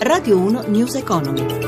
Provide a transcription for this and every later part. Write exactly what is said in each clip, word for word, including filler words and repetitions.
Radio uno News Economy.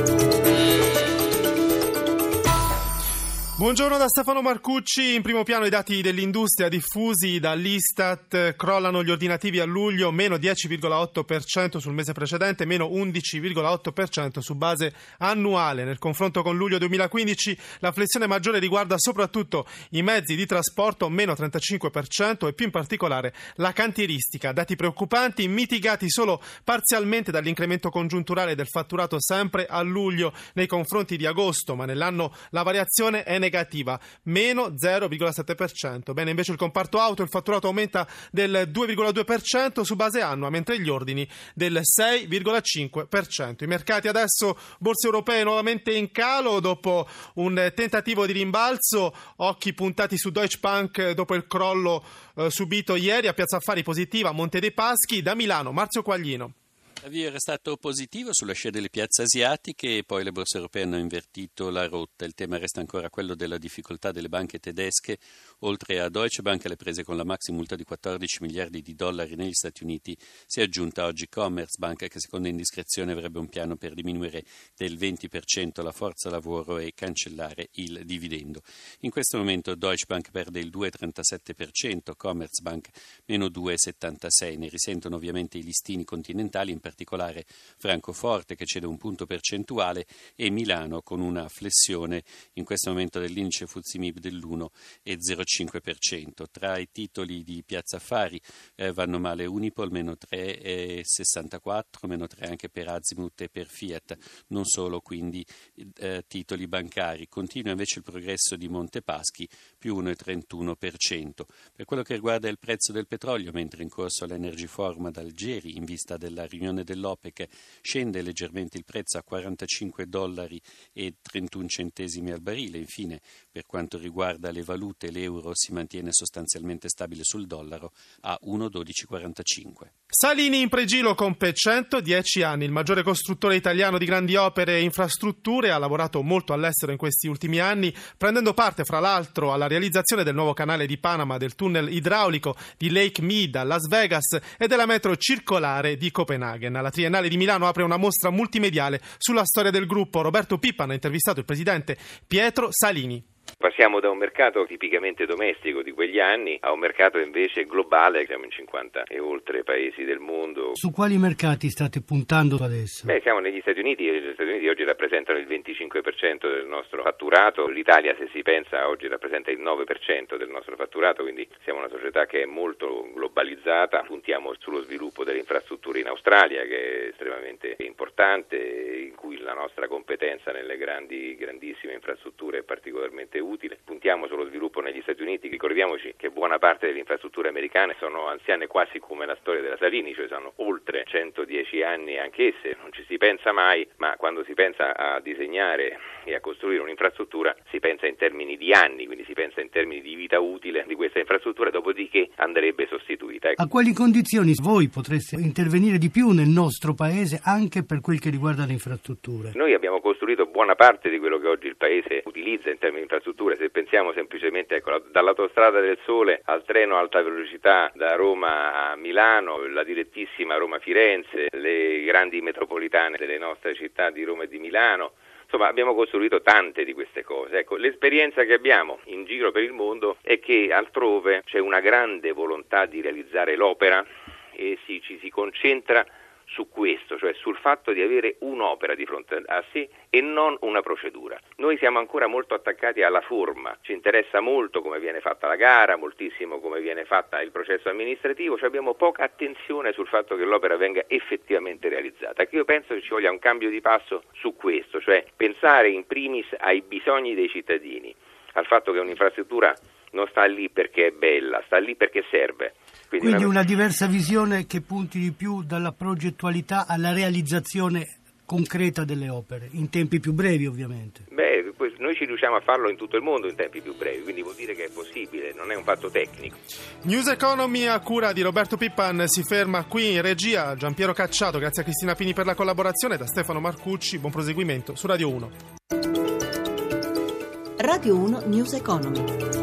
Buongiorno da Stefano Marcucci. In primo piano i dati dell'industria diffusi dall'Istat. Crollano gli ordinativi a luglio, meno dieci virgola otto per cento sul mese precedente, meno undici virgola otto per cento su base annuale. Nel confronto con luglio duemilaquindici la flessione maggiore riguarda soprattutto i mezzi di trasporto, meno trentacinque per cento, e più in particolare la cantieristica. Dati preoccupanti, mitigati solo parzialmente dall'incremento congiunturale del fatturato sempre a luglio nei confronti di agosto, ma nell'anno la variazione è negativa, meno zero virgola sette per cento. Bene, invece il comparto auto, il fatturato aumenta del due virgola due per cento su base annua, mentre gli ordini del sei virgola cinque per cento. I mercati adesso, borse europee nuovamente in calo dopo un tentativo di rimbalzo, occhi puntati su Deutsche Bank dopo il crollo eh, subito ieri. A Piazza Affari positiva Monte dei Paschi. Da Milano Marzio Quaglino. L'avvio era stato positivo sulla scia delle piazze asiatiche e poi le borse europee hanno invertito la rotta. Il tema resta ancora quello della difficoltà delle banche tedesche. Oltre a Deutsche Bank, alle prese con la maxi multa di quattordici miliardi di dollari negli Stati Uniti, si è aggiunta oggi Commerzbank, che secondo indiscrezione avrebbe un piano per diminuire del venti per cento la forza lavoro e cancellare il dividendo. In questo momento Deutsche Bank perde il due virgola trentasette per cento, Commerzbank meno due virgola settantasei per cento. Ne risentono ovviamente i listini continentali, in particolare Francoforte che cede un punto percentuale e Milano con una flessione in questo momento dell'indice F T S E M I B dell'uno virgola zero cinque per cento. Tra i titoli di Piazza Affari eh, vanno male Unipol meno tre virgola sessantaquattro, meno tre anche per Azimut e per Fiat, non solo quindi eh, titoli bancari. Continua invece il progresso di Montepaschi più uno virgola trentuno per cento. Per quello che riguarda il prezzo del petrolio, mentre in corso l'Energy Forum ad Algeri in vista della riunione dell'OPEC, scende leggermente il prezzo a quarantacinque dollari e trentuno centesimi al barile. Infine, per quanto riguarda le valute, l'euro si mantiene sostanzialmente stabile sul dollaro a uno virgola dodici quarantacinque. Salini in pregilo compie centodieci anni. Il maggiore costruttore italiano di grandi opere e infrastrutture ha lavorato molto all'estero in questi ultimi anni, prendendo parte fra l'altro alla realizzazione del nuovo canale di Panama, del tunnel idraulico di Lake Mead a Las Vegas e della metro circolare di Copenaghen. La Triennale di Milano apre una mostra multimediale sulla storia del gruppo. Roberto Pippan ha intervistato il presidente Pietro Salini. Passiamo da un mercato tipicamente domestico di quegli anni a un mercato invece globale, siamo in cinquanta e oltre paesi del mondo. Su quali mercati state puntando adesso? Beh, siamo negli Stati Uniti, gli Stati Uniti oggi rappresentano il venticinque per cento del nostro fatturato, l'Italia, se si pensa, oggi rappresenta il nove per cento del nostro fatturato, quindi siamo una società che è molto globalizzata. Puntiamo sullo sviluppo delle infrastrutture in Australia, che è estremamente importante, in cui la nostra competenza nelle grandi, grandissime infrastrutture è particolarmente utile. Puntiamo sullo sviluppo negli Stati Uniti. Ricordiamoci che buona parte delle infrastrutture americane sono anziane quasi come la storia della Salini, cioè sono oltre centodieci anni anch'esse. Non ci si pensa mai, ma quando si pensa a disegnare e a costruire un'infrastruttura si pensa in termini di anni, quindi si pensa in termini di vita utile di questa infrastruttura, dopodiché andrebbe sostituita. A quali condizioni voi potreste intervenire di più nel nostro paese anche per quel che riguarda le infrastrutture? Noi abbiamo costruito buona parte di quello che oggi il paese utilizza in termini di infrastrutture. Se pensiamo semplicemente, ecco, dall'autostrada del Sole al treno alta velocità da Roma a Milano, la direttissima Roma-Firenze, le grandi metropolitane delle nostre città di Roma e di Milano. Insomma, abbiamo costruito tante di queste cose. Ecco, l'esperienza che abbiamo in giro per il mondo è che altrove c'è una grande volontà di realizzare l'opera e si, ci si concentra su questo, cioè sul fatto di avere un'opera di fronte a sé e non una procedura. Noi siamo ancora molto attaccati alla forma, ci interessa molto come viene fatta la gara, moltissimo come viene fatta il processo amministrativo, cioè abbiamo poca attenzione sul fatto che l'opera venga effettivamente realizzata. Io penso che ci voglia un cambio di passo su questo, cioè pensare in primis ai bisogni dei cittadini, al fatto che un'infrastruttura non sta lì perché è bella, sta lì perché serve. Quindi, Quindi una... una diversa visione che punti di più dalla progettualità alla realizzazione concreta delle opere, in tempi più brevi ovviamente. Beh, noi ci riusciamo a farlo in tutto il mondo in tempi più brevi, quindi vuol dire che è possibile, non è un fatto tecnico. News Economy a cura di Roberto Pippan si ferma qui in regia. Giampiero Cacciato, grazie a Cristina Pini per la collaborazione, da Stefano Marcucci, buon proseguimento su Radio uno. Radio uno News Economy.